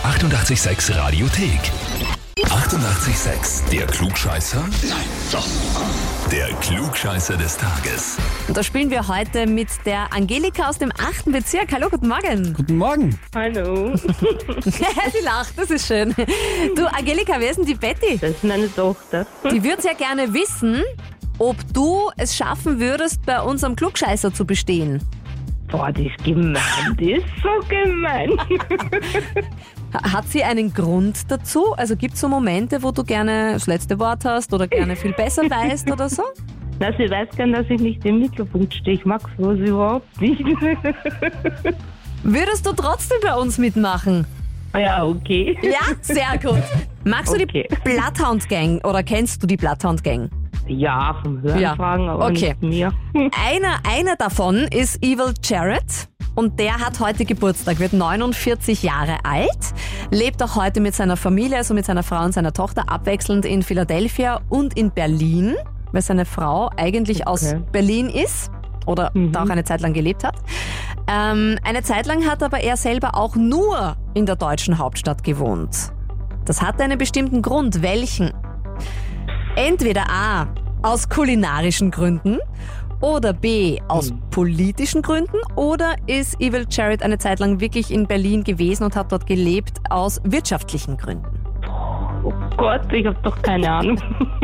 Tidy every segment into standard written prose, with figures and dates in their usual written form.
88,6 Radiothek. 88,6. Der Klugscheißer? Nein, doch. Der Klugscheißer des Tages. Und da spielen wir heute mit der Angelika aus dem 8. Bezirk. Hallo, guten Morgen. Guten Morgen. Hallo, Sie lacht, das ist schön. Du, Angelika, wer ist denn die Betty? das ist meine Tochter. Die würde ja gerne wissen, ob du es schaffen würdest, bei unserem Klugscheißer zu bestehen. Boah, die ist gemein, die ist so gemein. Hat sie einen Grund dazu? Also gibt es so Momente, wo du gerne das letzte Wort hast oder gerne viel besser weißt oder so? Na, sie weiß gern, dass ich nicht im Mittelpunkt stehe. Ich mag sowas überhaupt nicht. Würdest du trotzdem bei uns mitmachen? Ja, okay. Ja, sehr gut. Magst du Okay. die Bloodhound Gang oder kennst du die Bloodhound Gang? Ja, vom Hören Ja, fragen, aber okay. nicht mir. Einer davon ist Evil Jared und der hat heute Geburtstag, wird 49 Jahre alt, lebt auch heute mit seiner Familie, also mit seiner Frau und seiner Tochter, abwechselnd in Philadelphia und in Berlin, weil seine Frau eigentlich aus Berlin ist oder da auch eine Zeit lang gelebt hat. Eine Zeit lang hat aber er selber auch nur in der deutschen Hauptstadt gewohnt. Das hatte einen bestimmten Grund. Welchen? Entweder A, aus kulinarischen Gründen oder B, aus politischen Gründen oder ist Evil Jared eine Zeit lang wirklich in Berlin gewesen und hat dort gelebt aus wirtschaftlichen Gründen? Oh Gott, ich hab doch keine Ahnung.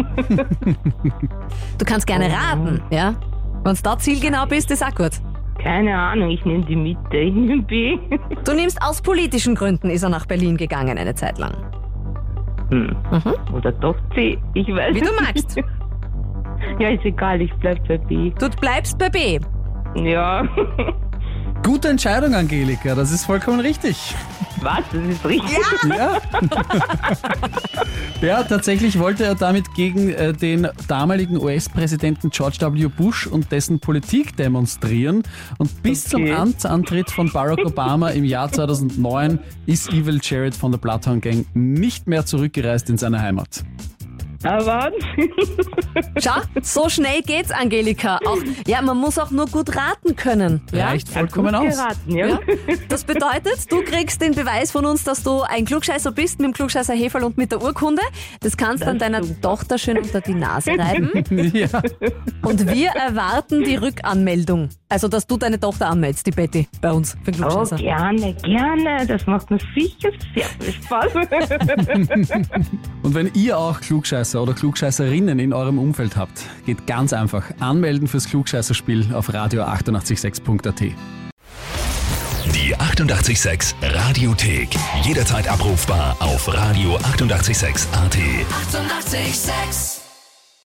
Du kannst gerne raten, ja? Wenn du da zielgenau bist, ist auch gut. Keine Ahnung, ich nehme die Mitte, ich nehme B. Du nimmst aus politischen Gründen, ist er nach Berlin gegangen eine Zeit lang. Oder doch C, ich weiß Wie du es magst. nicht. Ja, ist egal, ich bleib bei B. Du bleibst bei B. Ja. Gute Entscheidung, Angelika, das ist vollkommen richtig. Was? Das ist richtig? Ja. Ja, tatsächlich wollte er damit gegen den damaligen US-Präsidenten George W. Bush und dessen Politik demonstrieren. Und bis zum Amtsantritt von Barack Obama im Jahr 2009 ist Evil Jared von der Bloodhound Gang nicht mehr zurückgereist in seine Heimat. Aber Schau, so schnell geht's, Angelika. Auch, ja, man muss auch nur gut raten können. Ja? Reicht vollkommen aus. geraten, ja. Ja? Das bedeutet, du kriegst den Beweis von uns, dass du ein Klugscheißer bist, mit dem Klugscheißer Heferl und mit der Urkunde. Das kannst dann deiner Tochter schön unter die Nase reiben. Ja. Und wir erwarten die Rückanmeldung. Also, dass du deine Tochter anmeldest, die Betty, bei uns für den Oh, Klugscheißer. gerne. Das macht mir sicher sehr viel Spaß. Und wenn ihr auch Klugscheißer oder Klugscheißerinnen in eurem Umfeld habt, geht ganz einfach anmelden fürs Klugscheißerspiel auf radio886.at. Die 88,6 Radiothek. Jederzeit abrufbar auf radio886.at. 88,6. Eighty-eight, sex.